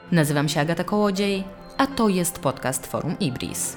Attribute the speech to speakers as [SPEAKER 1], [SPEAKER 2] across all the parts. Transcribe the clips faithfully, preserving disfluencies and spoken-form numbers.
[SPEAKER 1] Nazywam się Agata Kołodziej, a to jest podcast Forum Ibris.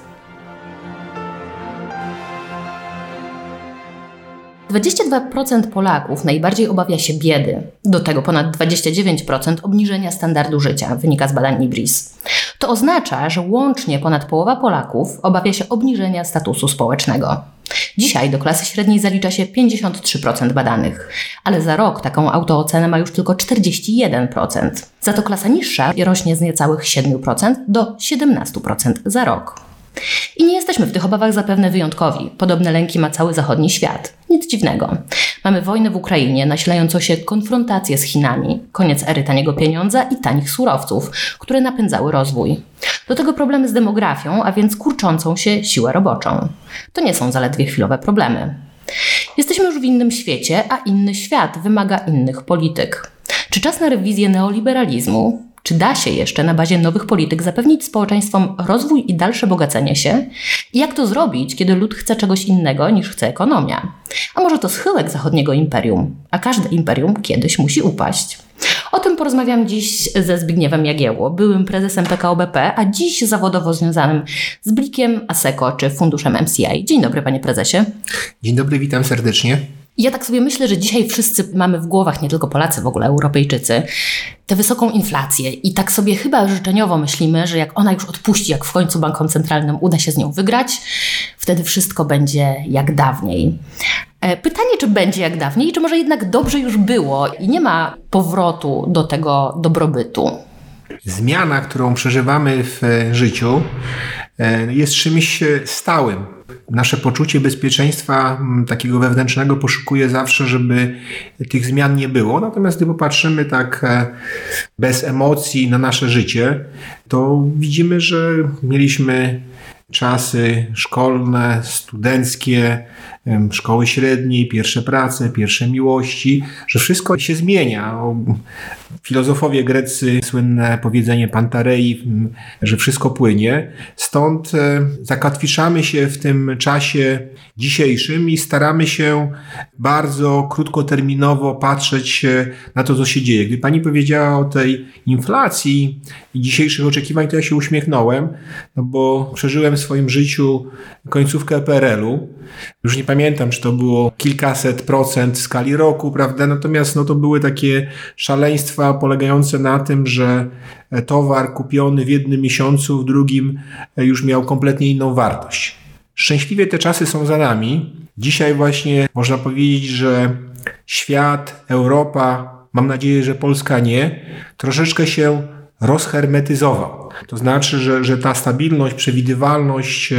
[SPEAKER 1] dwadzieścia dwa procent Polaków najbardziej obawia się biedy. Do tego ponad dwadzieścia dziewięć procent obniżenia standardu życia, wynika z badań Ibris. To oznacza, że łącznie ponad połowa Polaków obawia się obniżenia statusu społecznego. Dzisiaj do klasy średniej zalicza się pięćdziesiąt trzy procent badanych, ale za rok taką autoocenę ma już tylko czterdzieści jeden procent. Za to klasa niższa rośnie z niecałych siedem procent do siedemnaście procent za rok. I nie jesteśmy w tych obawach zapewne wyjątkowi. Podobne lęki ma cały zachodni świat. Nic dziwnego. Mamy wojnę w Ukrainie, nasilającą się konfrontację z Chinami, koniec ery taniego pieniądza i tanich surowców, które napędzały rozwój. Do tego problemy z demografią, a więc kurczącą się siłę roboczą. To nie są zaledwie chwilowe problemy. Jesteśmy już w innym świecie, a inny świat wymaga innych polityk. Czy czas na rewizję neoliberalizmu? Czy da się jeszcze na bazie nowych polityk zapewnić społeczeństwom rozwój i dalsze bogacenie się? I jak to zrobić, kiedy lud chce czegoś innego niż chce ekonomia? A może to schyłek zachodniego imperium? A każde imperium kiedyś musi upaść. O tym porozmawiam dziś ze Zbigniewem Jagiełło, byłym prezesem P K O B P, a dziś zawodowo związanym z Blikiem, Asseco czy funduszem M C I. Dzień dobry, panie prezesie.
[SPEAKER 2] Dzień dobry, witam serdecznie.
[SPEAKER 1] Ja tak sobie myślę, że dzisiaj wszyscy mamy w głowach, nie tylko Polacy, w ogóle Europejczycy, tę wysoką inflację i tak sobie chyba życzeniowo myślimy, że jak ona już odpuści, jak w końcu bankom centralnym uda się z nią wygrać, wtedy wszystko będzie jak dawniej. Pytanie, czy będzie jak dawniej, czy może jednak dobrze już było i nie ma powrotu do tego dobrobytu?
[SPEAKER 2] Zmiana, którą przeżywamy w życiu, jest czymś stałym. Nasze poczucie bezpieczeństwa takiego wewnętrznego poszukuje zawsze, żeby tych zmian nie było. Natomiast gdy popatrzymy tak bez emocji na nasze życie, to widzimy, że mieliśmy czasy szkolne, studenckie, szkoły średniej, pierwsze prace, pierwsze miłości, że wszystko się zmienia. Filozofowie greccy, słynne powiedzenie Pantarei, że wszystko płynie. Stąd zakotwiczamy się w tym czasie dzisiejszym i staramy się bardzo krótkoterminowo patrzeć na to, co się dzieje. Gdy pani powiedziała o tej inflacji i dzisiejszych oczekiwań, to ja się uśmiechnąłem, no bo przeżyłem w swoim życiu końcówkę P R L u. Już nie pamiętam, czy to było kilkaset procent w skali roku, prawda? Natomiast no, to były takie szaleństwa polegające na tym, że towar kupiony w jednym miesiącu, w drugim już miał kompletnie inną wartość. Szczęśliwie te czasy są za nami. Dzisiaj właśnie można powiedzieć, że świat, Europa, mam nadzieję, że Polska nie, troszeczkę się rozhermetyzował. To znaczy, że, że ta stabilność, przewidywalność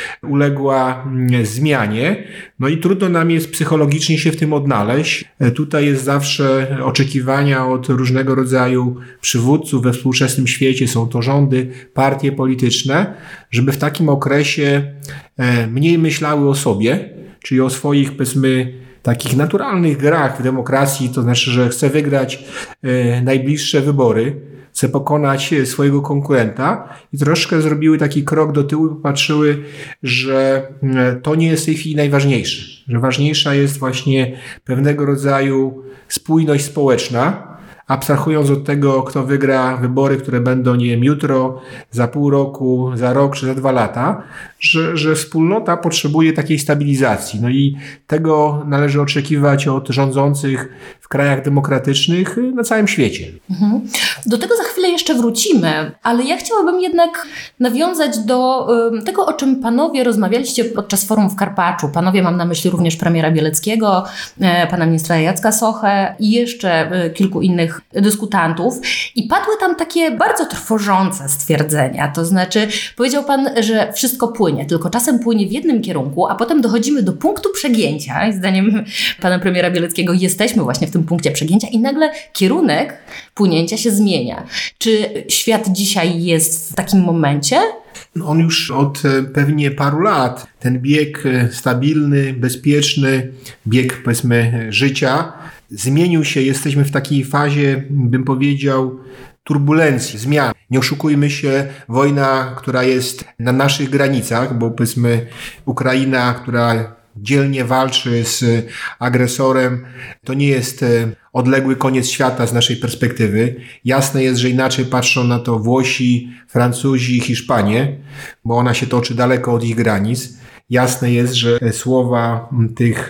[SPEAKER 2] uległa zmianie. No i trudno nam jest psychologicznie się w tym odnaleźć. Tutaj jest zawsze oczekiwania od różnego rodzaju przywódców we współczesnym świecie. Są to rządy, partie polityczne, żeby w takim okresie mniej myślały o sobie, czyli o swoich, powiedzmy, takich naturalnych grach w demokracji. To znaczy, że chce wygrać najbliższe wybory, chce pokonać swojego konkurenta i troszkę zrobiły taki krok do tyłu i popatrzyły, że to nie jest w tej chwili najważniejsze, że ważniejsza jest właśnie pewnego rodzaju spójność społeczna, abstrahując od tego, kto wygra wybory, które będą, nie wiem, jutro, za pół roku, za rok czy za dwa lata, że, że wspólnota potrzebuje takiej stabilizacji. No i tego należy oczekiwać od rządzących w krajach demokratycznych na całym świecie.
[SPEAKER 1] Mhm. Do tego za chwilę jeszcze wrócimy, ale ja chciałabym jednak nawiązać do y, tego, o czym panowie rozmawialiście podczas forum w Karpaczu. Panowie, mam na myśli również premiera Bieleckiego, y, pana ministra Jacka Sochę i jeszcze y, kilku innych dyskutantów. I padły tam takie bardzo trwożące stwierdzenia. To znaczy, powiedział pan, że wszystko płynie, tylko czasem płynie w jednym kierunku, a potem dochodzimy do punktu przegięcia. I zdaniem pana premiera Bieleckiego jesteśmy właśnie w tym punkcie przegięcia i nagle kierunek płynięcia się zmienia. Czy świat dzisiaj jest w takim momencie?
[SPEAKER 2] On już od pewnie paru lat, ten bieg stabilny, bezpieczny, bieg, powiedzmy, życia zmienił się. Jesteśmy w takiej fazie, bym powiedział, turbulencji, zmian. Nie oszukujmy się, wojna, która jest na naszych granicach, bo powiedzmy Ukraina, która dzielnie walczy z agresorem, to nie jest odległy koniec świata z naszej perspektywy. Jasne jest, że inaczej patrzą na to Włosi, Francuzi, Hiszpanie, bo ona się toczy daleko od ich granic. Jasne jest, że słowa tych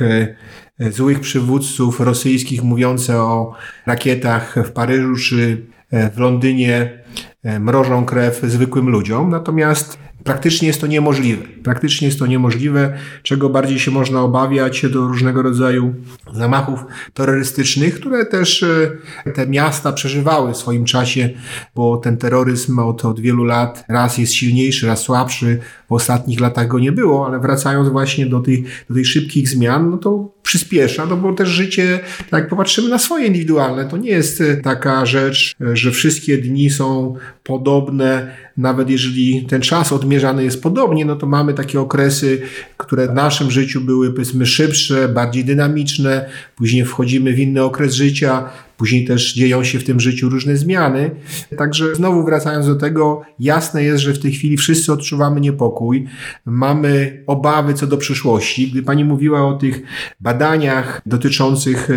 [SPEAKER 2] złych przywódców rosyjskich mówiące o rakietach w Paryżu czy w Londynie mrożą krew zwykłym ludziom, natomiast praktycznie jest to niemożliwe. Praktycznie jest to niemożliwe, czego bardziej się można obawiać do różnego rodzaju zamachów terrorystycznych, które też te miasta przeżywały w swoim czasie, bo ten terroryzm od, od wielu lat raz jest silniejszy, raz słabszy. W ostatnich latach go nie było, ale wracając właśnie do tych, do tych szybkich zmian, no to przyspiesza, no bo też życie, tak jak popatrzymy na swoje indywidualne, to nie jest taka rzecz, że wszystkie dni są podobne, nawet jeżeli ten czas odmierzany jest podobnie, no to mamy takie okresy, które w naszym życiu były, powiedzmy, szybsze, bardziej dynamiczne, później wchodzimy w inny okres życia, później też dzieją się w tym życiu różne zmiany. Także znowu wracając do tego, jasne jest, że w tej chwili wszyscy odczuwamy niepokój, mamy obawy co do przyszłości. Gdy pani mówiła o tych badaniach dotyczących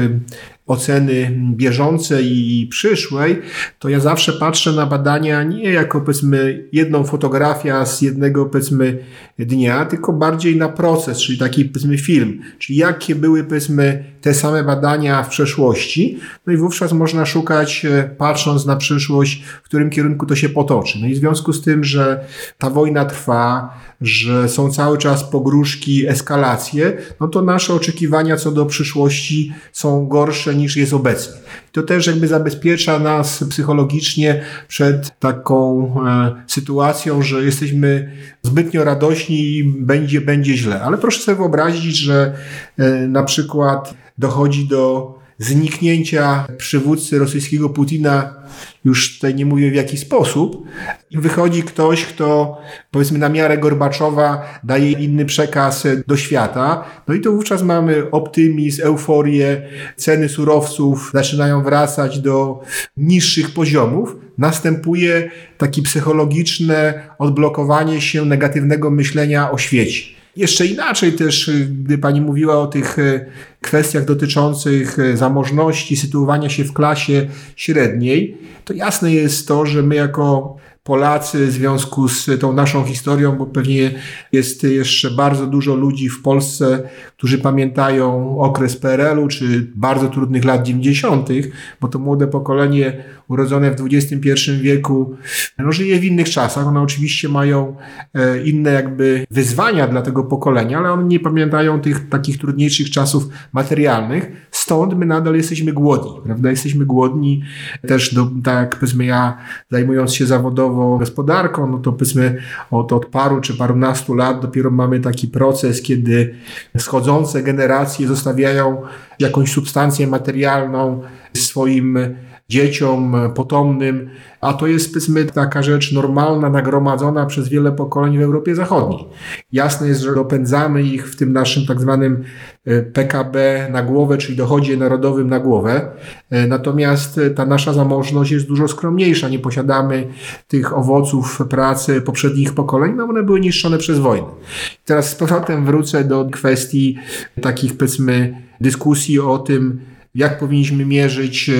[SPEAKER 2] oceny bieżącej i przyszłej, to ja zawsze patrzę na badania nie jako, powiedzmy, jedną fotografię z jednego, powiedzmy, dnia, tylko bardziej na proces, czyli taki, powiedzmy, film. Czyli jakie były, powiedzmy, te same badania w przeszłości. No i wówczas można szukać, patrząc na przyszłość, w którym kierunku to się potoczy. No i w związku z tym, że ta wojna trwa, że są cały czas pogróżki, eskalacje, no to nasze oczekiwania co do przyszłości są gorsze niż jest obecnie. To też jakby zabezpiecza nas psychologicznie przed taką e, sytuacją, że jesteśmy zbytnio radośni i będzie, będzie źle. Ale proszę sobie wyobrazić, że e, na przykład dochodzi do zniknięcia przywódcy rosyjskiego Putina, już tutaj nie mówię w jaki sposób, i wychodzi ktoś, kto, powiedzmy, na miarę Gorbaczowa daje inny przekaz do świata. No i to wówczas mamy optymizm, euforię, ceny surowców zaczynają wracać do niższych poziomów. Następuje takie psychologiczne odblokowanie się negatywnego myślenia o świecie. Jeszcze inaczej też, gdy pani mówiła o tych kwestiach dotyczących zamożności, sytuowania się w klasie średniej, to jasne jest to, że my jako Polacy w związku z tą naszą historią, bo pewnie jest jeszcze bardzo dużo ludzi w Polsce, którzy pamiętają okres P R L u czy bardzo trudnych lat dziewięćdziesiątych, bo to młode pokolenie urodzone w dwudziestym pierwszym wieku no, żyje w innych czasach. One oczywiście mają e, inne jakby wyzwania dla tego pokolenia, ale one nie pamiętają tych takich trudniejszych czasów materialnych. Stąd my nadal jesteśmy głodni, prawda? Jesteśmy głodni też, do, tak powiedzmy ja zajmując się zawodowo gospodarką, no to powiedzmy od, od paru czy parunastu lat dopiero mamy taki proces, kiedy schodzące generacje zostawiają jakąś substancję materialną swoim dzieciom, potomnym, a to jest, powiedzmy, taka rzecz normalna, nagromadzona przez wiele pokoleń w Europie Zachodniej. Jasne jest, że dopędzamy ich w tym naszym tak zwanym P K B na głowę, czyli dochodzie narodowym na głowę, natomiast ta nasza zamożność jest dużo skromniejsza. Nie posiadamy tych owoców pracy poprzednich pokoleń, no one były niszczone przez wojnę. Teraz z powrotem wrócę do kwestii takich, powiedzmy, dyskusji o tym, jak powinniśmy mierzyć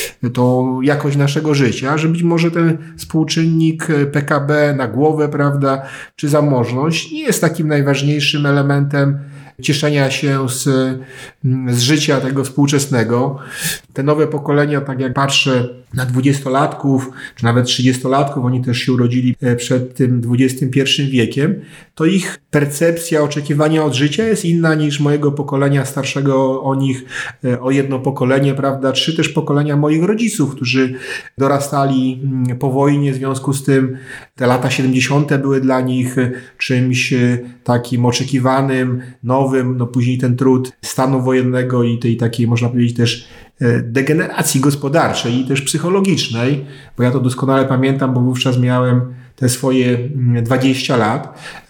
[SPEAKER 2] tą jakość naszego życia, że być może ten współczynnik P K B na głowę, prawda, czy zamożność nie jest takim najważniejszym elementem cieszenia się z, z życia tego współczesnego. Te nowe pokolenia, tak jak patrzę na dwudziestolatków, czy nawet trzydziestolatków, oni też się urodzili przed tym dwudziestym pierwszym wiekiem, to ich percepcja oczekiwania od życia jest inna niż mojego pokolenia starszego o nich o jedno pokolenie, prawda, czy też pokolenia moich rodziców, którzy dorastali po wojnie, w związku z tym te lata siedemdziesiąte były dla nich czymś takim oczekiwanym, nowym, no później ten trud stanu wojennego i tej takiej, można powiedzieć, też degeneracji gospodarczej i też psychologicznej, bo ja to doskonale pamiętam, bo wówczas miałem te swoje dwadzieścia lat.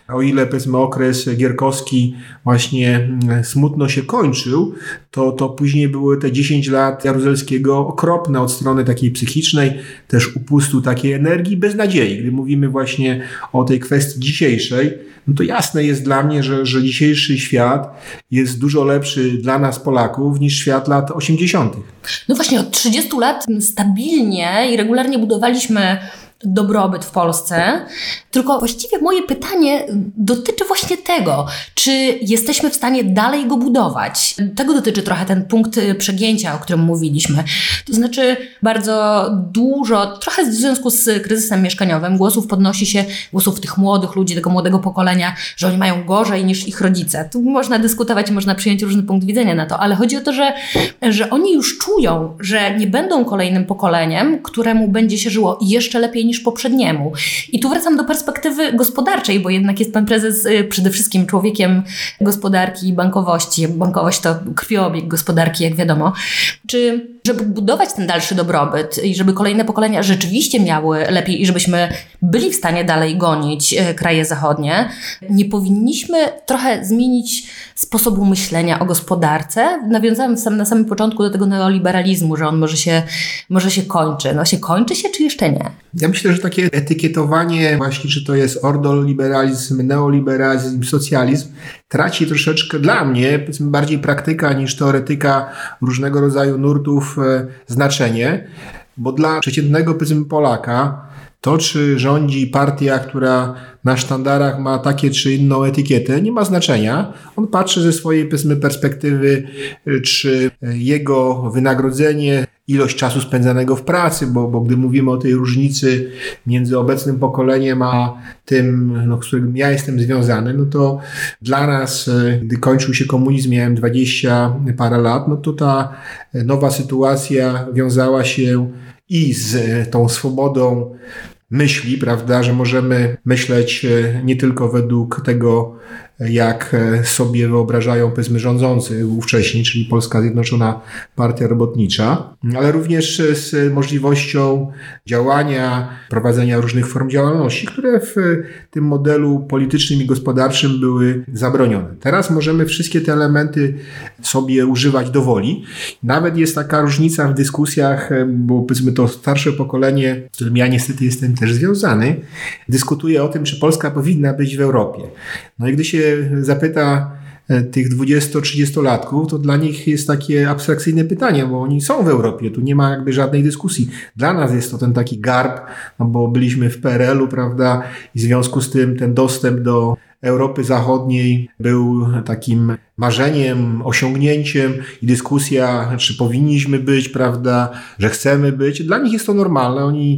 [SPEAKER 2] O ile powiedzmy okres gierkowski właśnie smutno się kończył, to, to później były te dziesięć lat Jaruzelskiego okropne od strony takiej psychicznej, też upustu takiej energii, bez nadziei. Gdy mówimy właśnie o tej kwestii dzisiejszej, no to jasne jest dla mnie, że, że dzisiejszy świat jest dużo lepszy dla nas Polaków niż świat lat osiemdziesiątych.
[SPEAKER 1] No właśnie, od trzydziestu lat stabilnie i regularnie budowaliśmy dobrobyt w Polsce, tylko właściwie moje pytanie dotyczy właśnie tego, czy jesteśmy w stanie dalej go budować. Tego dotyczy trochę ten punkt przegięcia, o którym mówiliśmy. To znaczy bardzo dużo, trochę w związku z kryzysem mieszkaniowym, głosów podnosi się, głosów tych młodych ludzi, tego młodego pokolenia, że oni mają gorzej niż ich rodzice. Tu można dyskutować, można przyjąć różny punkt widzenia na to, ale chodzi o to, że, że oni już czują, że nie będą kolejnym pokoleniem, któremu będzie się żyło jeszcze lepiej niż poprzedniemu. I tu wracam do perspektywy gospodarczej, bo jednak jest pan prezes przede wszystkim człowiekiem gospodarki i bankowości. Bankowość to krwiobieg gospodarki, jak wiadomo. Czy żeby budować ten dalszy dobrobyt i żeby kolejne pokolenia rzeczywiście miały lepiej i żebyśmy byli w stanie dalej gonić kraje zachodnie, nie powinniśmy trochę zmienić sposobu myślenia o gospodarce? Nawiązałem sam, na samym początku do tego neoliberalizmu, że on może się, może się kończy. No się kończy się, czy jeszcze nie?
[SPEAKER 2] Ja myślę, że takie etykietowanie właśnie, czy to jest ordoliberalizm, neoliberalizm, socjalizm, traci troszeczkę dla mnie, powiedzmy, bardziej praktyka niż teoretyka różnego rodzaju nurtów e, znaczenie, bo dla przeciętnego, powiedzmy, Polaka to, czy rządzi partia, która na sztandarach ma takie czy inną etykietę, nie ma znaczenia. On patrzy ze swojej, powiedzmy, perspektywy, czy jego wynagrodzenie, ilość czasu spędzanego w pracy, bo, bo gdy mówimy o tej różnicy między obecnym pokoleniem a tym, no, z którym ja jestem związany, no to dla nas, gdy kończył się komunizm, miałem dwadzieścia parę lat, no to ta nowa sytuacja wiązała się i z tą swobodą myśli, prawda, że możemy myśleć nie tylko według tego, jak sobie wyobrażają, powiedzmy, rządzący ówcześni, czyli Polska Zjednoczona Partia Robotnicza, ale również z możliwością działania, prowadzenia różnych form działalności, które w tym modelu politycznym i gospodarczym były zabronione. Teraz możemy wszystkie te elementy sobie używać do woli. Nawet jest taka różnica w dyskusjach, bo, powiedzmy, to starsze pokolenie, z którym ja niestety jestem też związany, dyskutuje o tym, czy Polska powinna być w Europie. No i gdy się zapyta tych dwudziesto-trzydziestolatków, to dla nich jest takie abstrakcyjne pytanie, bo oni są w Europie, tu nie ma jakby żadnej dyskusji. Dla nas jest to ten taki garb, no bo byliśmy w P R L u, prawda, i w związku z tym ten dostęp do Europy Zachodniej był takim marzeniem, osiągnięciem i dyskusja, czy powinniśmy być, prawda, że chcemy być. Dla nich jest to normalne. Oni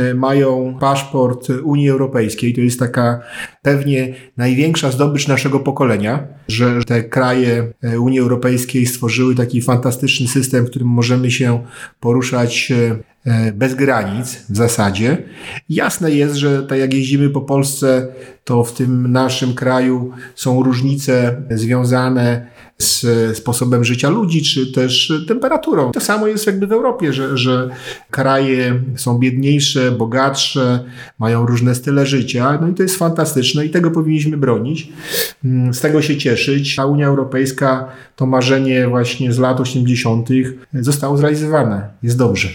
[SPEAKER 2] mają paszport Unii Europejskiej. To jest taka pewnie największa zdobycz naszego pokolenia, że te kraje Unii Europejskiej stworzyły taki fantastyczny system, w którym możemy się poruszać bez granic w zasadzie. Jasne jest, że tak jak jeździmy po Polsce, to w tym naszym kraju są różnice związane z sposobem życia ludzi, czy też temperaturą. To samo jest jakby w Europie, że, że kraje są biedniejsze, bogatsze, mają różne style życia, no i to jest fantastyczne i tego powinniśmy bronić, z tego się cieszyć. Ta Unia Europejska, to marzenie właśnie z lat osiemdziesiątych zostało zrealizowane. Jest dobrze.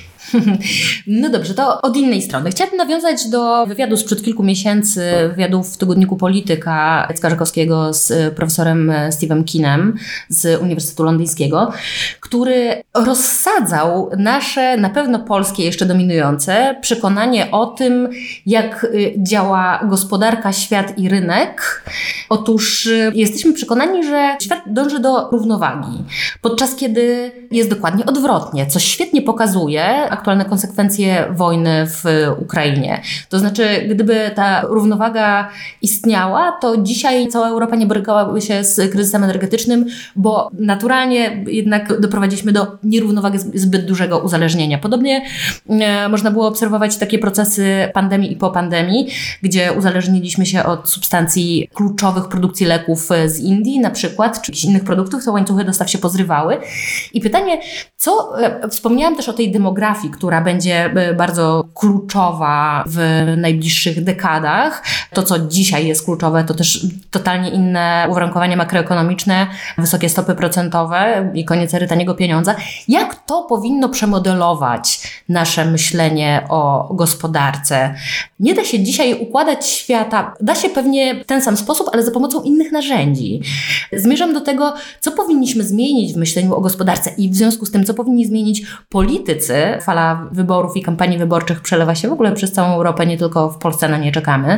[SPEAKER 1] No dobrze, to od innej strony. Chciałabym nawiązać do wywiadu sprzed kilku miesięcy, wywiadu w tygodniku Polityka Jacka Żakowskiego z profesorem Steve'em Keenem z Uniwersytetu Londyńskiego, który rozsadzał nasze, na pewno polskie jeszcze dominujące, przekonanie o tym, jak działa gospodarka, świat i rynek. Otóż jesteśmy przekonani, że świat dąży do równowagi, podczas kiedy jest dokładnie odwrotnie, co świetnie pokazuje aktualne konsekwencje wojny w Ukrainie. To znaczy, gdyby ta równowaga istniała, to dzisiaj cała Europa nie borykałaby się z kryzysem energetycznym, bo naturalnie jednak doprowadziliśmy do nierównowagi zbyt dużego uzależnienia. Podobnie e, można było obserwować takie procesy pandemii i po pandemii, gdzie uzależniliśmy się od substancji kluczowych produkcji leków z Indii na przykład, czy jakichś innych produktów, to łańcuchy dostaw się pozrywały. I pytanie, co, e, wspomniałam też o tej demografii, która będzie e, bardzo kluczowa w najbliższych dekadach. To, co dzisiaj jest kluczowe, to też totalnie inne uwarunkowania makroekonomiczne, wysokie stopy procentowe i koniec ery taniego pieniądza. Jak to powinno przemodelować nasze myślenie o gospodarce? Nie da się dzisiaj układać świata, da się pewnie w ten sam sposób, ale za pomocą innych narzędzi. Zmierzam do tego, co powinniśmy zmienić w myśleniu o gospodarce i w związku z tym, co powinni zmienić politycy. Fala wyborów i kampanii wyborczych przelewa się w ogóle przez całą Europę, nie tylko w Polsce na nie czekamy,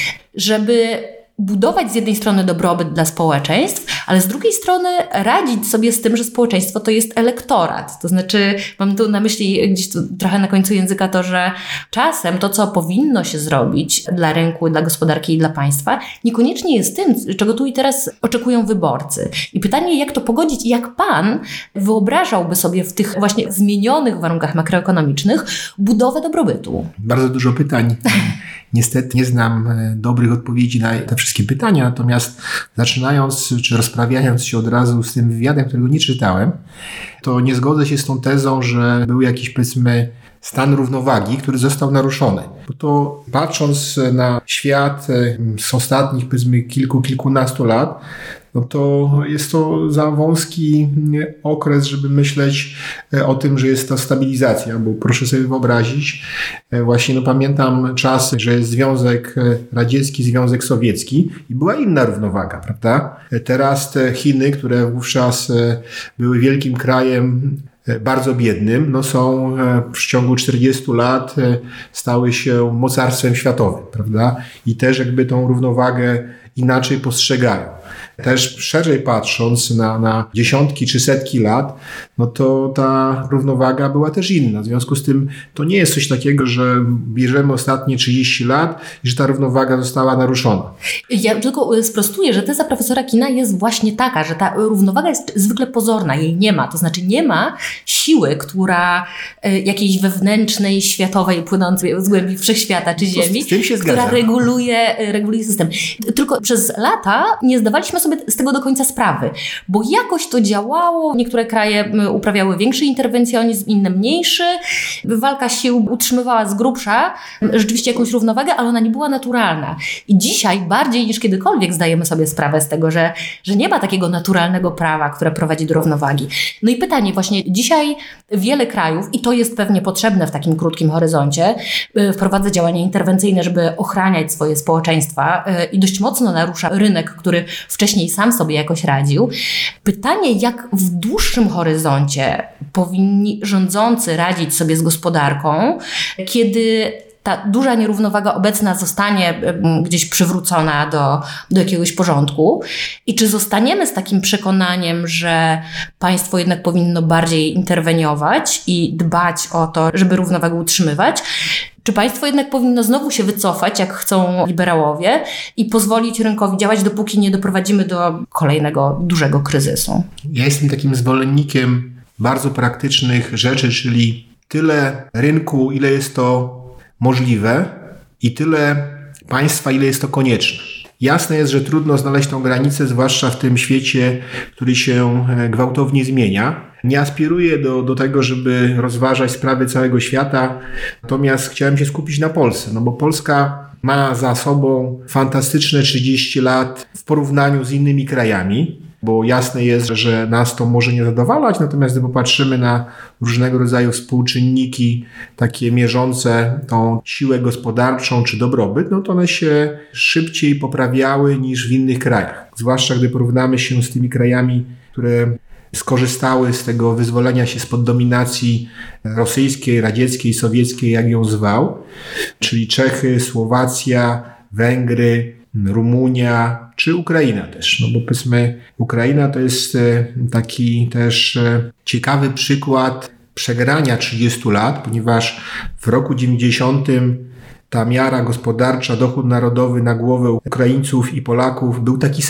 [SPEAKER 1] żeby budować z jednej strony dobrobyt dla społeczeństw, ale z drugiej strony radzić sobie z tym, że społeczeństwo to jest elektorat. To znaczy, mam tu na myśli gdzieś tu trochę na końcu języka to, że czasem to, co powinno się zrobić dla rynku, dla gospodarki i dla państwa, niekoniecznie jest tym, czego tu i teraz oczekują wyborcy. I pytanie, jak to pogodzić i jak pan wyobrażałby sobie w tych właśnie zmienionych warunkach makroekonomicznych budowę dobrobytu?
[SPEAKER 2] Bardzo dużo pytań. Niestety nie znam dobrych odpowiedzi na te wszystkie pytania, natomiast zaczynając czy rozprawiając się od razu z tym wywiadem, którego nie czytałem, to nie zgodzę się z tą tezą, że był jakiś, powiedzmy, stan równowagi, który został naruszony. Bo to patrząc na świat z ostatnich, powiedzmy, kilku, kilkunastu lat, no to jest to za wąski okres, żeby myśleć o tym, że jest to stabilizacja, bo proszę sobie wyobrazić, właśnie no pamiętam czas, że jest Związek Radziecki, Związek Sowiecki i była inna równowaga, prawda? Teraz te Chiny, które wówczas były wielkim krajem, bardzo biednym, no są w ciągu czterdziestu lat stały się mocarstwem światowym, prawda? I też jakby tą równowagę inaczej postrzegają. Też szerzej patrząc na, na dziesiątki czy setki lat, no to ta równowaga była też inna. W związku z tym to nie jest coś takiego, że bierzemy ostatnie trzydzieści lat i że ta równowaga została naruszona.
[SPEAKER 1] Ja tylko sprostuję, że teza profesora Kina jest właśnie taka, że ta równowaga jest zwykle pozorna, jej nie ma. To znaczy nie ma siły, która jakiejś wewnętrznej, światowej, płynącej z głębi wszechświata czy Ziemi,
[SPEAKER 2] z tym się
[SPEAKER 1] która
[SPEAKER 2] zgadzam.
[SPEAKER 1] reguluje, reguluje system. Tylko przez lata nie zdawaliśmy sobie z tego do końca sprawy, bo jakoś to działało. Niektóre kraje uprawiały większy interwencjonizm, inne mniejszy. Walka sił utrzymywała z grubsza rzeczywiście jakąś równowagę, ale ona nie była naturalna. I dzisiaj bardziej niż kiedykolwiek zdajemy sobie sprawę z tego, że, że nie ma takiego naturalnego prawa, które prowadzi do równowagi. No i pytanie właśnie, dzisiaj wiele krajów, i to jest pewnie potrzebne w takim krótkim horyzoncie, wprowadza działania interwencyjne, żeby ochraniać swoje społeczeństwa i dość mocno narusza rynek, który wcześniej sam sobie jakoś radził. Pytanie, jak w dłuższym horyzoncie powinni rządzący radzić sobie z gospodarką, kiedy ta duża nierównowaga obecna zostanie gdzieś przywrócona do, do jakiegoś porządku i czy zostaniemy z takim przekonaniem, że państwo jednak powinno bardziej interweniować i dbać o to, żeby równowagę utrzymywać, czy państwo jednak powinno znowu się wycofać, jak chcą liberałowie, i pozwolić rynkowi działać, dopóki nie doprowadzimy do kolejnego dużego kryzysu?
[SPEAKER 2] Ja jestem takim zwolennikiem bardzo praktycznych rzeczy, czyli tyle rynku, ile jest to możliwe, i tyle państwa, ile jest to konieczne. Jasne jest, że trudno znaleźć tą granicę, zwłaszcza w tym świecie, który się gwałtownie zmienia. Nie aspiruję do, do tego, żeby rozważać sprawy całego świata, natomiast chciałem się skupić na Polsce, no bo Polska ma za sobą fantastyczne trzydzieści lat w porównaniu z innymi krajami, bo jasne jest, że nas to może nie zadowalać, natomiast gdy popatrzymy na różnego rodzaju współczynniki takie mierzące tą siłę gospodarczą czy dobrobyt, no to one się szybciej poprawiały niż w innych krajach. Zwłaszcza gdy porównamy się z tymi krajami, które skorzystały z tego wyzwolenia się spod dominacji rosyjskiej, radzieckiej, sowieckiej, jak ją zwał, czyli Czechy, Słowacja, Węgry, Rumunia, czy Ukraina też. No bo powiedzmy, Ukraina to jest taki też ciekawy przykład przegrania trzydziestu lat, ponieważ w roku dziewięćdziesiątym ta miara gospodarcza, dochód narodowy na głowę Ukraińców i Polaków był taki sam.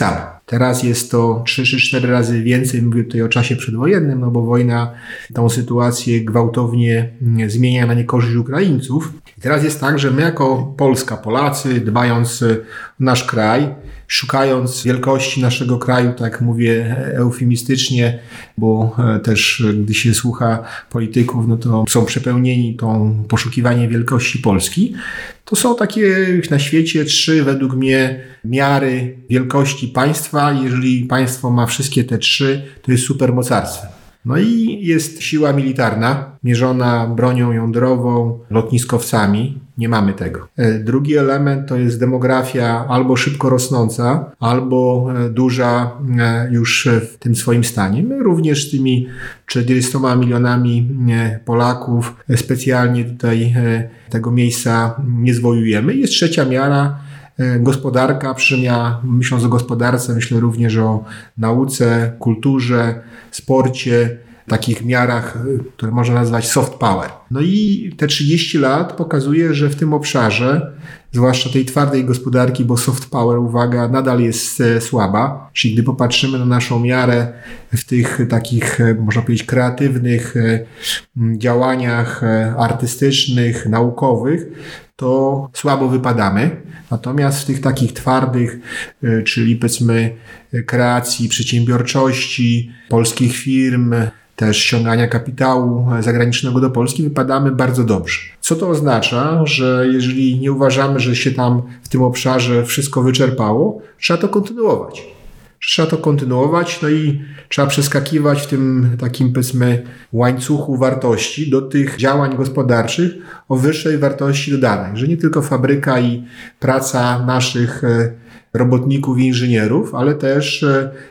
[SPEAKER 2] Teraz jest to trzy czy cztery razy więcej, mówię tutaj o czasie przedwojennym, no bo wojna tą sytuację gwałtownie zmienia na niekorzyść Ukraińców. I teraz jest tak, że my jako Polska, Polacy, dbając o nasz kraj, szukając wielkości naszego kraju, tak mówię eufemistycznie, bo też gdy się słucha polityków, no to są przepełnieni tą poszukiwaniem wielkości Polski. To są takie na świecie trzy według mnie miary wielkości państwa. Jeżeli państwo ma wszystkie te trzy, to jest supermocarstwem. No i jest siła militarna, mierzona bronią jądrową, lotniskowcami. Nie mamy tego. Drugi element to jest demografia albo szybko rosnąca, albo duża już w tym swoim stanie. My również z tymi czterdziestoma milionami Polaków specjalnie tutaj tego miejsca nie zwojujemy. Jest trzecia miara, gospodarka, przy czym ja myśląc o gospodarce, myślę również o nauce, kulturze, sporcie, takich miarach, które można nazwać soft power. No i te trzydzieści lat pokazuje, że w tym obszarze, zwłaszcza tej twardej gospodarki, bo soft power, uwaga, nadal jest słaba. Czyli gdy popatrzymy na naszą miarę w tych takich, można powiedzieć, kreatywnych działaniach artystycznych, naukowych, to słabo wypadamy. Natomiast w tych takich twardych, czyli powiedzmy kreacji, przedsiębiorczości, polskich firm, też ściągania kapitału zagranicznego do Polski wypadamy bardzo dobrze. Co to oznacza? Że jeżeli nie uważamy, że się tam w tym obszarze wszystko wyczerpało, trzeba to kontynuować. Trzeba to kontynuować, no i trzeba przeskakiwać w tym takim, powiedzmy, łańcuchu wartości do tych działań gospodarczych o wyższej wartości dodanej, że nie tylko fabryka i praca naszych robotników i inżynierów, ale też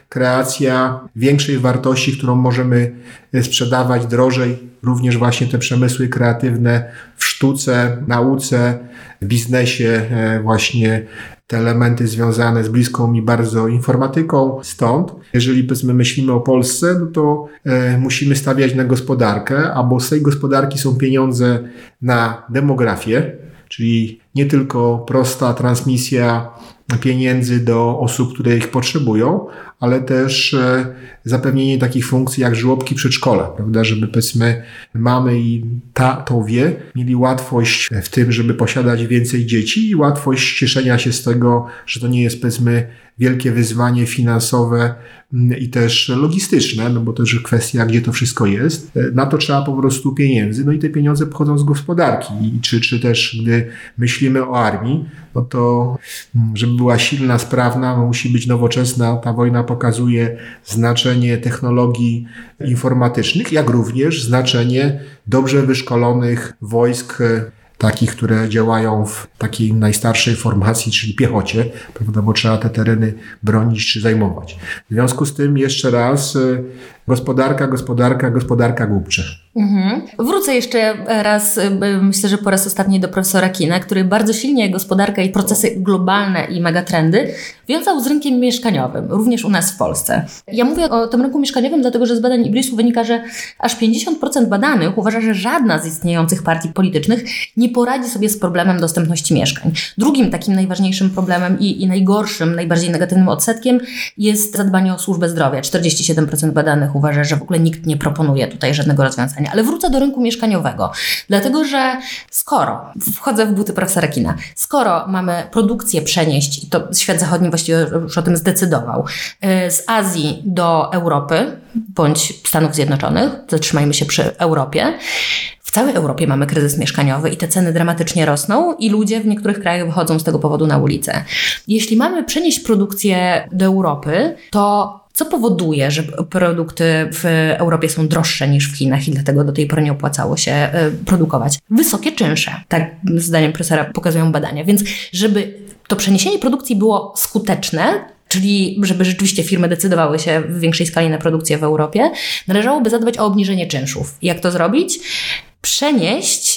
[SPEAKER 2] kreacja większej wartości, którą możemy sprzedawać drożej, również właśnie te przemysły kreatywne w sztuce, nauce, w biznesie, właśnie te elementy związane z bliską mi bardzo informatyką. Stąd, jeżeli powiedzmy myślimy o Polsce, no to e, musimy stawiać na gospodarkę, albo z tej gospodarki są pieniądze na demografię, czyli nie tylko prosta transmisja pieniędzy do osób, które ich potrzebują, ale też e, zapewnienie takich funkcji jak żłobki, przedszkola, prawda, żeby powiedzmy mamy i tatowie mieli łatwość w tym, żeby posiadać więcej dzieci i łatwość cieszenia się z tego, że to nie jest powiedzmy wielkie wyzwanie finansowe i też logistyczne, no bo to już kwestia, gdzie to wszystko jest. Na to trzeba po prostu pieniędzy, no i te pieniądze pochodzą z gospodarki. I czy, czy też gdy myślimy o armii, no to żeby była silna, sprawna, no musi być nowoczesna. Ta wojna pokazuje znaczenie technologii informatycznych, jak również znaczenie dobrze wyszkolonych wojsk, takich, które działają w takiej najstarszej formacji, czyli piechocie, prawda, bo trzeba te tereny bronić czy zajmować. W związku z tym jeszcze raz gospodarka, gospodarka, gospodarka głupcze.
[SPEAKER 1] Mhm. Wrócę jeszcze raz, myślę, że po raz ostatni do profesora Kina, który bardzo silnie gospodarkę i procesy globalne i megatrendy wiązał z rynkiem mieszkaniowym, również u nas w Polsce. Ja mówię o tym rynku mieszkaniowym, dlatego że z badań Ibrisu wynika, że aż pięćdziesiąt procent badanych uważa, że żadna z istniejących partii politycznych nie poradzi sobie z problemem dostępności mieszkań. Drugim takim najważniejszym problemem i, i najgorszym, najbardziej negatywnym odsetkiem jest zadbanie o służbę zdrowia. czterdzieści siedem procent badanych uważa, że w ogóle nikt nie proponuje tutaj żadnego rozwiązania. Ale wrócę do rynku mieszkaniowego, dlatego że skoro, wchodzę w buty profesora Kina, skoro mamy produkcję przenieść, i to świat zachodni właściwie już o tym zdecydował, z Azji do Europy, bądź Stanów Zjednoczonych, zatrzymajmy się przy Europie, w całej Europie mamy kryzys mieszkaniowy i te ceny dramatycznie rosną i ludzie w niektórych krajach wychodzą z tego powodu na ulicę. Jeśli mamy przenieść produkcję do Europy, to co powoduje, że produkty w Europie są droższe niż w Chinach i dlatego do tej pory nie opłacało się produkować? Wysokie czynsze, tak zdaniem profesora pokazują badania. Więc żeby to przeniesienie produkcji było skuteczne, czyli żeby rzeczywiście firmy decydowały się w większej skali na produkcję w Europie, należałoby zadbać o obniżenie czynszów. Jak to zrobić? Przenieść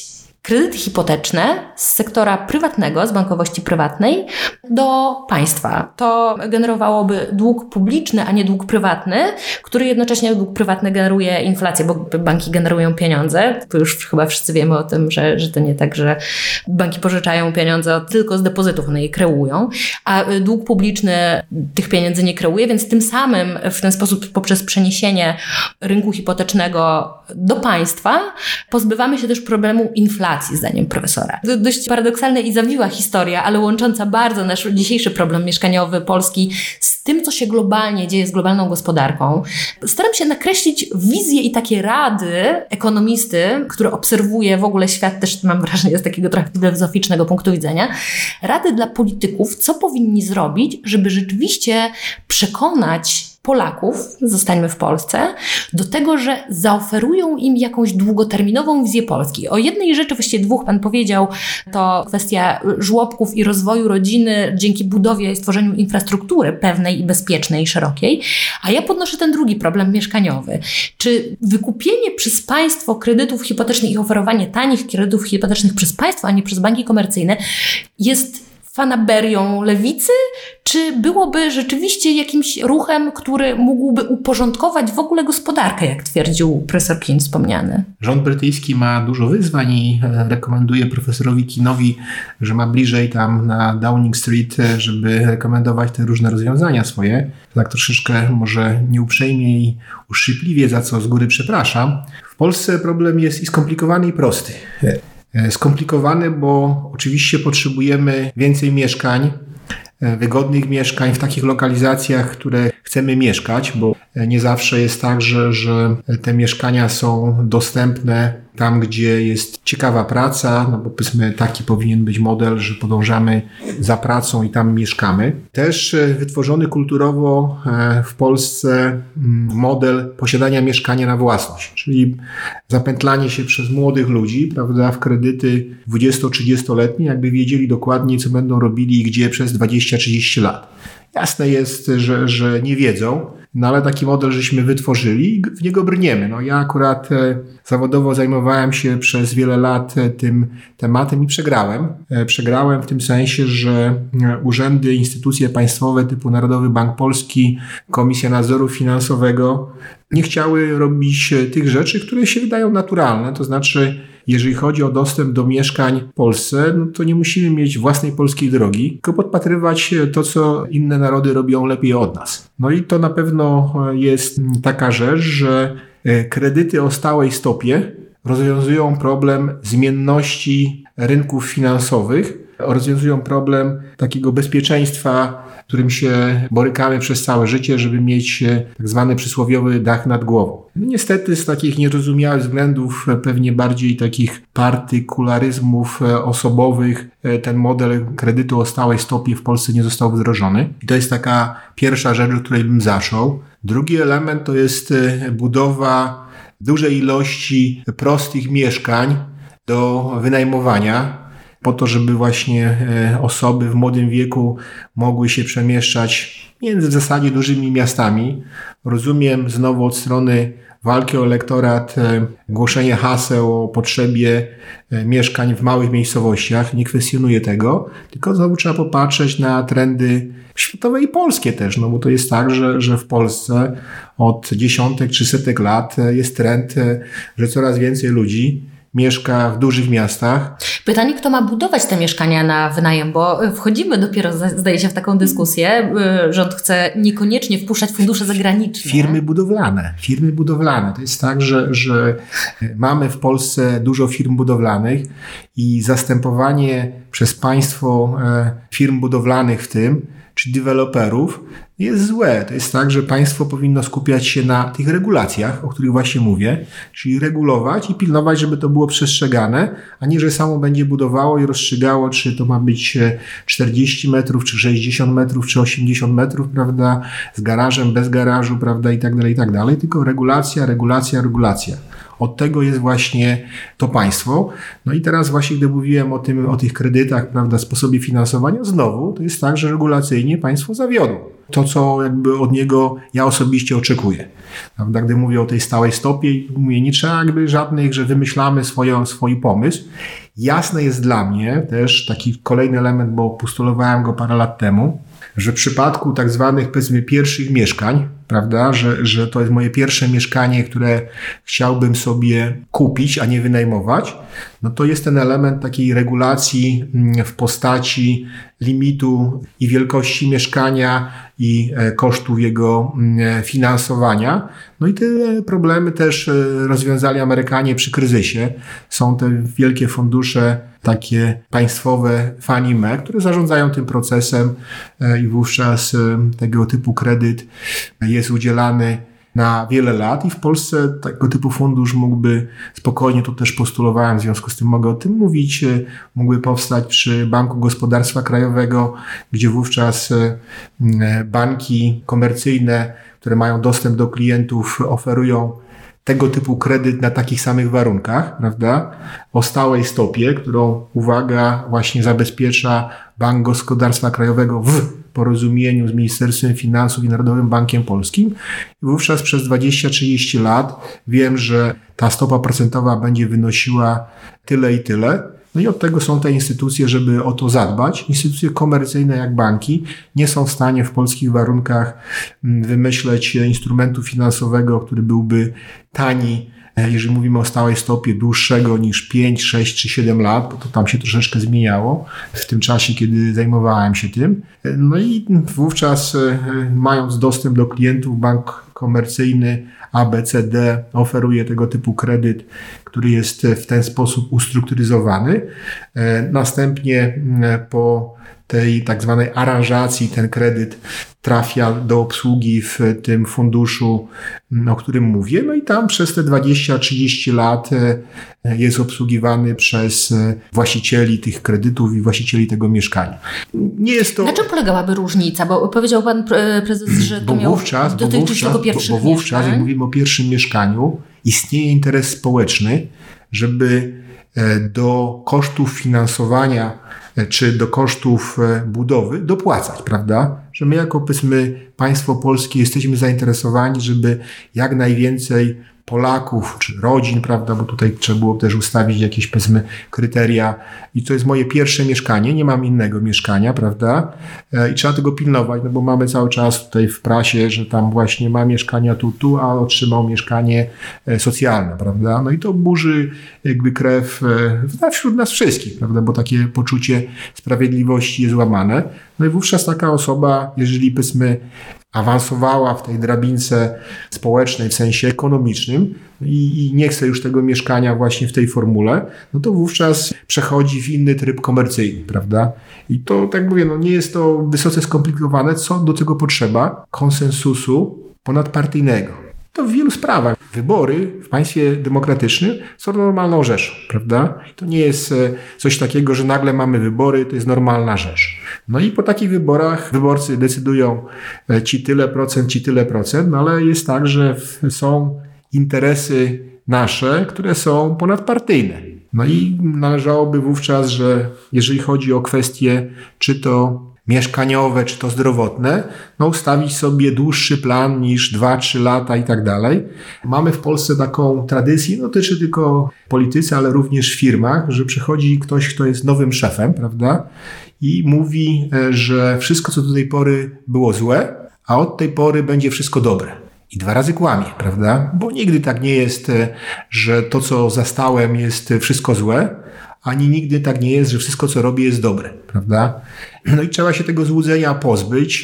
[SPEAKER 1] kredyty hipoteczne z sektora prywatnego, z bankowości prywatnej do państwa. To generowałoby dług publiczny, a nie dług prywatny, który jednocześnie dług prywatny generuje inflację, bo banki generują pieniądze. To już chyba wszyscy wiemy o tym, że, że to nie tak, że banki pożyczają pieniądze tylko z depozytów, one je kreują, a dług publiczny tych pieniędzy nie kreuje, więc tym samym w ten sposób poprzez przeniesienie rynku hipotecznego do państwa pozbywamy się też problemu inflacji, zdaniem profesora. To dość paradoksalna i zawiła historia, ale łącząca bardzo nasz dzisiejszy problem mieszkaniowy Polski z tym, co się globalnie dzieje z globalną gospodarką. Staram się nakreślić wizję i takie rady ekonomisty, który obserwuje w ogóle świat, też mam wrażenie z takiego trochę filozoficznego punktu widzenia, rady dla polityków, co powinni zrobić, żeby rzeczywiście przekonać Polaków, zostańmy w Polsce, do tego, że zaoferują im jakąś długoterminową wizję Polski. O jednej rzeczy, właściwie dwóch pan powiedział, to kwestia żłobków i rozwoju rodziny dzięki budowie i stworzeniu infrastruktury pewnej i bezpiecznej i szerokiej, a ja podnoszę ten drugi problem mieszkaniowy. Czy wykupienie przez państwo kredytów hipotecznych i oferowanie tanich kredytów hipotecznych przez państwo, a nie przez banki komercyjne jest fanaberią lewicy, czy byłoby rzeczywiście jakimś ruchem, który mógłby uporządkować w ogóle gospodarkę, jak twierdził profesor Keane wspomniany?
[SPEAKER 2] Rząd brytyjski ma dużo wyzwań i rekomenduje profesorowi Keane'owi, że ma bliżej tam na Downing Street, żeby rekomendować te różne rozwiązania swoje. Tak troszeczkę może nieuprzejmie i uszczypliwie, za co z góry przepraszam. W Polsce problem jest i skomplikowany, i prosty. Skomplikowany, bo oczywiście potrzebujemy więcej mieszkań, wygodnych mieszkań w takich lokalizacjach, które chcemy mieszkać, bo nie zawsze jest tak, że, że te mieszkania są dostępne tam, gdzie jest ciekawa praca, no bo powiedzmy taki powinien być model, że podążamy za pracą i tam mieszkamy. Też wytworzony kulturowo w Polsce model posiadania mieszkania na własność, czyli zapętlanie się przez młodych ludzi, prawda, w kredyty dwudziesto-trzydziestoletnie, jakby wiedzieli dokładnie, co będą robili i gdzie przez dwadzieścia trzydzieści lat. Jasne jest, że, że nie wiedzą, no ale taki model żeśmy wytworzyli i w niego brniemy. No ja akurat e, zawodowo zajmowałem się przez wiele lat e, tym tematem i przegrałem. E, przegrałem w tym sensie, że e, urzędy, instytucje państwowe typu Narodowy Bank Polski, Komisja Nadzoru Finansowego nie chciały robić e, tych rzeczy, które się wydają naturalne. To znaczy, jeżeli chodzi o dostęp do mieszkań w Polsce, no to nie musimy mieć własnej polskiej drogi, tylko podpatrywać to, co inne narody robią lepiej od nas. No i to na pewno jest taka rzecz, że kredyty o stałej stopie rozwiązują problem zmienności rynków finansowych, rozwiązują problem takiego bezpieczeństwa, którym się borykamy przez całe życie, żeby mieć tak zwany przysłowiowy dach nad głową. Niestety z takich niezrozumiałych względów, pewnie bardziej takich partykularyzmów osobowych, ten model kredytu o stałej stopie w Polsce nie został wdrożony. I to jest taka pierwsza rzecz, od której bym zaczął. Drugi element to jest budowa dużej ilości prostych mieszkań do wynajmowania, po to, żeby właśnie osoby w młodym wieku mogły się przemieszczać między w zasadzie dużymi miastami. Rozumiem znowu od strony walki o elektorat, głoszenie haseł o potrzebie mieszkań w małych miejscowościach. Nie kwestionuję tego, tylko znowu trzeba popatrzeć na trendy światowe i polskie też, no bo to jest tak, że, że w Polsce od dziesiątek czy setek lat jest trend, że coraz więcej ludzi mieszka w dużych miastach.
[SPEAKER 1] Pytanie, kto ma budować te mieszkania na wynajem, bo wchodzimy dopiero, zdaje się, w taką dyskusję. Rząd chce niekoniecznie wpuszczać fundusze zagraniczne.
[SPEAKER 2] Firmy budowlane. Firmy budowlane. To jest tak, że, że mamy w Polsce dużo firm budowlanych i zastępowanie przez państwo firm budowlanych w tym, czy deweloperów, jest złe. To jest tak, że państwo powinno skupiać się na tych regulacjach, o których właśnie mówię, czyli regulować i pilnować, żeby to było przestrzegane, a nie, że samo będzie budowało i rozstrzygało, czy to ma być czterdzieści metrów, czy sześćdziesiąt metrów, czy osiemdziesiąt metrów, prawda, z garażem, bez garażu, prawda, i tak dalej, i tak dalej, tylko regulacja, regulacja, regulacja. Od tego jest właśnie to państwo. No i teraz właśnie, gdy mówiłem o tym, o tych kredytach, prawda, sposobie finansowania, znowu to jest tak, że regulacyjnie państwo zawiodło. To, co jakby od niego ja osobiście oczekuję. Prawda? Gdy mówię o tej stałej stopie, mówię, nie trzeba jakby żadnych, że wymyślamy swoją, swój pomysł. Jasne jest dla mnie też taki kolejny element, bo postulowałem go parę lat temu, że w przypadku tak zwanych, powiedzmy, pierwszych mieszkań, prawda, że, że to jest moje pierwsze mieszkanie, które chciałbym sobie kupić, a nie wynajmować, no to jest ten element takiej regulacji w postaci limitu i wielkości mieszkania i kosztów jego finansowania. No i te problemy też rozwiązali Amerykanie przy kryzysie. Są te wielkie fundusze, takie państwowe Fannie Mae, które zarządzają tym procesem i wówczas tego typu kredyt jest udzielany na wiele lat i w Polsce tego typu fundusz mógłby spokojnie, to też postulowałem, w związku z tym mogę o tym mówić, mógłby powstać przy Banku Gospodarstwa Krajowego, gdzie wówczas banki komercyjne, które mają dostęp do klientów, oferują tego typu kredyt na takich samych warunkach, prawda, o stałej stopie, którą, uwaga, właśnie zabezpiecza Bank Gospodarstwa Krajowego w porozumieniu z Ministerstwem Finansów i Narodowym Bankiem Polskim. I wówczas przez dwadzieścia trzydzieści lat wiem, że ta stopa procentowa będzie wynosiła tyle i tyle. No i od tego są te instytucje, żeby o to zadbać. Instytucje komercyjne jak banki nie są w stanie w polskich warunkach wymyśleć instrumentu finansowego, który byłby tani, jeżeli mówimy o stałej stopie, dłuższego niż pięć, sześć czy siedem lat, bo to tam się troszeczkę zmieniało w tym czasie, kiedy zajmowałem się tym. No i wówczas, mając dostęp do klientów, bank komercyjny A B C D oferuje tego typu kredyt, który jest w ten sposób ustrukturyzowany. Następnie po tej tak zwanej aranżacji ten kredyt trafia do obsługi w tym funduszu, o którym mówię. No i tam przez te dwadzieścia trzydzieści lat jest obsługiwany przez właścicieli tych kredytów i właścicieli tego mieszkania. Nie jest to...
[SPEAKER 1] Na czym polegałaby różnica? Bo powiedział pan prezes, że to
[SPEAKER 2] bo
[SPEAKER 1] miał
[SPEAKER 2] wówczas,
[SPEAKER 1] dotyczyć
[SPEAKER 2] bo wówczas,
[SPEAKER 1] tylko pierwszych
[SPEAKER 2] bo, bo wówczas,
[SPEAKER 1] mieszkań.
[SPEAKER 2] jak mówimy o pierwszym mieszkaniu, istnieje interes społeczny, żeby do kosztów finansowania czy do kosztów budowy dopłacać, prawda? Że my jako, powiedzmy, państwo polskie jesteśmy zainteresowani, żeby jak najwięcej Polaków czy rodzin, prawda, bo tutaj trzeba było też ustawić jakieś, powiedzmy, kryteria i to jest moje pierwsze mieszkanie, nie mam innego mieszkania, prawda, i trzeba tego pilnować, no bo mamy cały czas tutaj w prasie, że tam właśnie ma mieszkania tu, tu, a otrzymał mieszkanie socjalne, prawda, no i to burzy jakby krew wśród nas wszystkich, prawda, bo takie poczucie sprawiedliwości jest łamane, no i wówczas taka osoba, jeżeli, powiedzmy, awansowała w tej drabince społecznej w sensie ekonomicznym i, i nie chce już tego mieszkania właśnie w tej formule, no to wówczas przechodzi w inny tryb komercyjny, prawda? I to, tak mówię, no nie jest to wysoce skomplikowane, co do tego potrzeba konsensusu ponadpartyjnego. To w wielu sprawach. Wybory w państwie demokratycznym są normalną rzeczą, prawda? To nie jest coś takiego, że nagle mamy wybory, to jest normalna rzecz. No i po takich wyborach wyborcy decydują ci tyle procent, ci tyle procent, no ale jest tak, że są interesy nasze, które są ponadpartyjne. No i należałoby wówczas, że jeżeli chodzi o kwestie czy to mieszkaniowe, czy to zdrowotne, no ustawić sobie dłuższy plan niż dwa trzy lata i tak dalej. Mamy w Polsce taką tradycję, no dotyczy tylko politycy, ale również w firmach, że przychodzi ktoś, kto jest nowym szefem, prawda, i mówi, że wszystko, co do tej pory było złe, a od tej pory będzie wszystko dobre. I dwa razy kłamie, prawda? Bo nigdy tak nie jest, że to, co zastałem, jest wszystko złe, ani nigdy tak nie jest, że wszystko, co robię, jest dobre, prawda? No i trzeba się tego złudzenia pozbyć,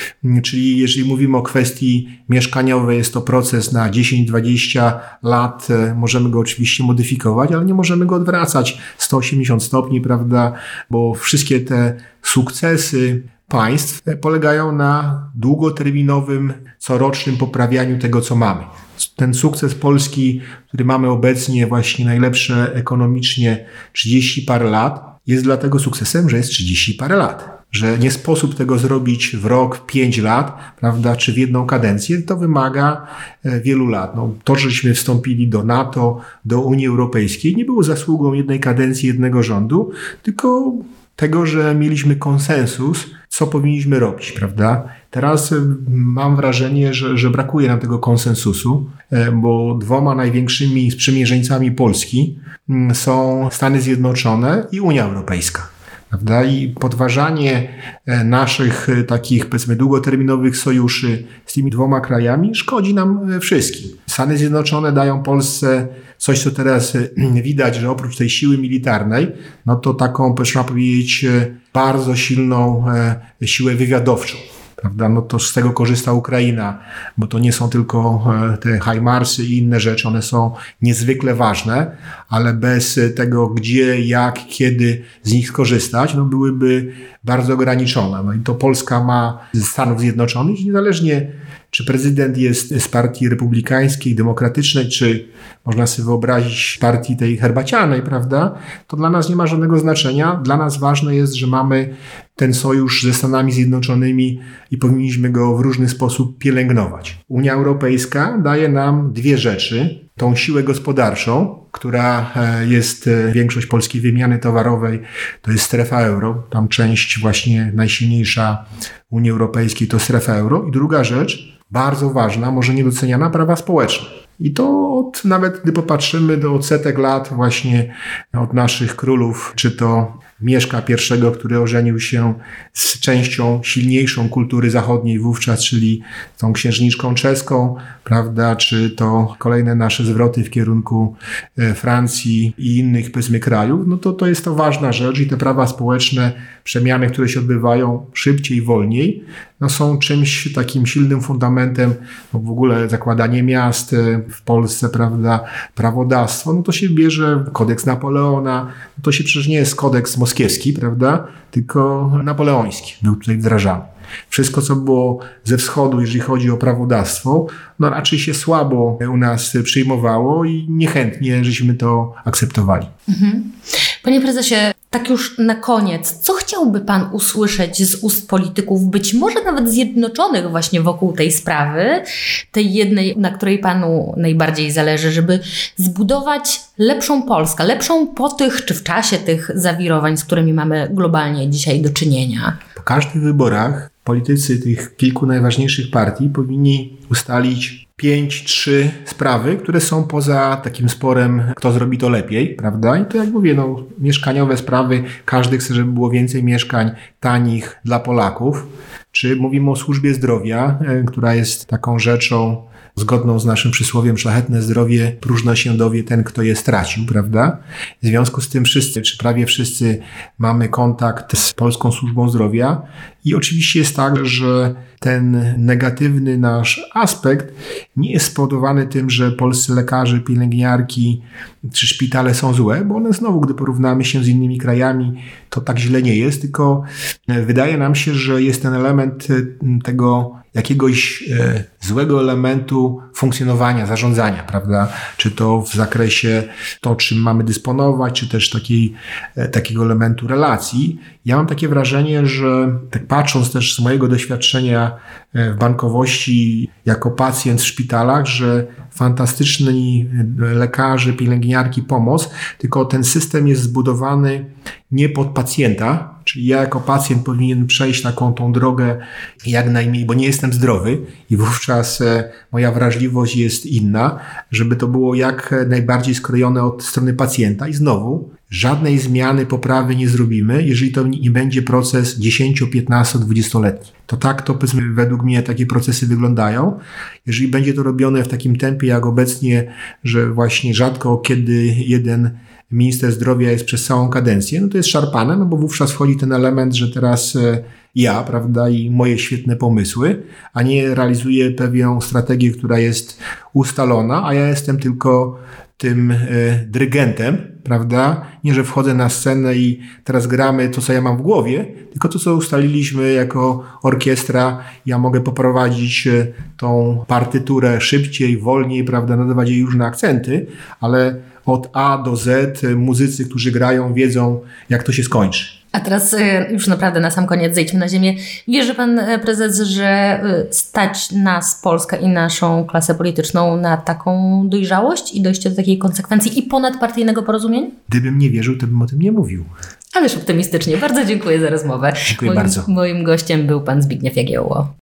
[SPEAKER 2] czyli jeżeli mówimy o kwestii mieszkaniowej, jest to proces na dziesięć dwadzieścia lat, możemy go oczywiście modyfikować, ale nie możemy go odwracać sto osiemdziesiąt stopni, prawda? Bo wszystkie te sukcesy państw polegają na długoterminowym, corocznym poprawianiu tego, co mamy. Ten sukces Polski, który mamy obecnie, właśnie najlepsze ekonomicznie trzydzieści parę lat, jest dlatego sukcesem, że jest trzydzieści parę lat. że nie sposób tego zrobić w rok, w pięć lat, prawda, czy w jedną kadencję, to wymaga wielu lat. No, to, żeśmy wstąpili do NATO, do Unii Europejskiej, nie było zasługą jednej kadencji, jednego rządu, tylko tego, że mieliśmy konsensus, co powinniśmy robić, prawda? Teraz mam wrażenie, że, że brakuje nam tego konsensusu, bo dwoma największymi sprzymierzeńcami Polski są Stany Zjednoczone i Unia Europejska. Prawda? I podważanie naszych takich, powiedzmy, długoterminowych sojuszy z tymi dwoma krajami szkodzi nam wszystkim. Stany Zjednoczone dają Polsce coś, co teraz widać, że oprócz tej siły militarnej, no to taką, można powiedzieć, bardzo silną siłę wywiadowczą. Prawda? No to z tego korzysta Ukraina, bo to nie są tylko te HIMARSy i inne rzeczy, one są niezwykle ważne, ale bez tego, gdzie, jak, kiedy z nich skorzystać, no byłyby bardzo ograniczone. No i to Polska ma ze Stanów Zjednoczonych i niezależnie, czy prezydent jest z partii republikańskiej, demokratycznej, czy można sobie wyobrazić partii tej herbacianej, prawda? To dla nas nie ma żadnego znaczenia. Dla nas ważne jest, że mamy ten sojusz ze Stanami Zjednoczonymi i powinniśmy go w różny sposób pielęgnować. Unia Europejska daje nam dwie rzeczy. Tą siłę gospodarczą, która jest większość polskiej wymiany towarowej, to jest strefa euro. Tam część właśnie najsilniejsza Unii Europejskiej to strefa euro. I druga rzecz, bardzo ważna, może niedoceniana, prawa społeczne. I to od, nawet gdy popatrzymy do odsetek lat właśnie od naszych królów, czy to Mieszka I, który ożenił się z częścią silniejszą kultury zachodniej wówczas, czyli tą księżniczką czeską, prawda, czy to kolejne nasze zwroty w kierunku Francji i innych, powiedzmy, krajów, no to to jest to ważna rzecz i te prawa społeczne, przemiany, które się odbywają szybciej, wolniej, no są czymś takim silnym fundamentem, no w ogóle zakładanie miast w Polsce, prawda, prawodawstwo, no to się bierze kodeks Napoleona, no to się przecież nie jest kodeks moskiewski, prawda, tylko napoleoński był tutaj wdrażany. Wszystko, co było ze wschodu, jeżeli chodzi o prawodawstwo, no raczej się słabo u nas przyjmowało i niechętnie żeśmy to akceptowali.
[SPEAKER 1] Mhm. Panie prezesie, tak już na koniec, co chciałby pan usłyszeć z ust polityków, być może nawet zjednoczonych właśnie wokół tej sprawy, tej jednej, na której panu najbardziej zależy, żeby zbudować lepszą Polskę, lepszą po tych, czy w czasie tych zawirowań, z którymi mamy globalnie dzisiaj do czynienia?
[SPEAKER 2] Po każdych wyborach politycy tych kilku najważniejszych partii powinni ustalić pięć, trzy sprawy, które są poza takim sporem, kto zrobi to lepiej, prawda? I to, jak mówię, no, mieszkaniowe sprawy, każdy chce, żeby było więcej mieszkań tanich dla Polaków. Czy mówimy o służbie zdrowia, która jest taką rzeczą zgodną z naszym przysłowiem szlachetne zdrowie próżno się dowie ten, kto je stracił, prawda? W związku z tym wszyscy, czy prawie wszyscy mamy kontakt z Polską Służbą Zdrowia i oczywiście jest tak, że ten negatywny nasz aspekt nie jest spowodowany tym, że polscy lekarze, pielęgniarki czy szpitale są złe, bo one znowu, gdy porównamy się z innymi krajami, to tak źle nie jest, tylko wydaje nam się, że jest ten element tego jakiegoś e, złego elementu funkcjonowania, zarządzania, prawda? Czy to w zakresie to, czym mamy dysponować, czy też takiej, e, takiego elementu relacji. Ja mam takie wrażenie, że tak patrząc też z mojego doświadczenia w bankowości jako pacjent w szpitalach, że fantastyczni lekarze, pielęgniarki, pomoc, tylko ten system jest zbudowany nie pod pacjenta, czyli ja jako pacjent powinien przejść taką tą drogę jak najmniej, bo nie jestem zdrowy i wówczas moja wrażliwość jest inna, żeby to było jak najbardziej skrojone od strony pacjenta i znowu żadnej zmiany, poprawy nie zrobimy, jeżeli to nie będzie proces dziesięcio, piętnasto, dwudziestoletni. To tak to powiedzmy według mnie takie procesy wyglądają. Jeżeli będzie to robione w takim tempie jak obecnie, że właśnie rzadko kiedy jeden minister zdrowia jest przez całą kadencję, no to jest szarpane, no bo wówczas wchodzi ten element, że teraz ja, prawda, i moje świetne pomysły, a nie realizuję pewną strategię, która jest ustalona, a ja jestem tylko tym y, dyrygentem, prawda? Nie, że wchodzę na scenę i teraz gramy to, co ja mam w głowie, tylko to, co ustaliliśmy jako orkiestra. Ja mogę poprowadzić y, tą partyturę szybciej, wolniej, prawda? Nadawać jej różne akcenty, ale od A do Z muzycy, którzy grają, wiedzą, jak to się skończy.
[SPEAKER 1] A teraz już naprawdę na sam koniec zejdźmy na ziemię. Wierzy pan prezes, że stać nas, Polskę i naszą klasę polityczną na taką dojrzałość i dojście do takiej konsekwencji i ponadpartyjnego porozumienia?
[SPEAKER 2] Gdybym nie wierzył, to bym o tym nie mówił.
[SPEAKER 1] Ależ optymistycznie. Bardzo dziękuję za rozmowę.
[SPEAKER 2] Dziękuję
[SPEAKER 1] moim,
[SPEAKER 2] bardzo.
[SPEAKER 1] Moim gościem był pan Zbigniew Jagiełło.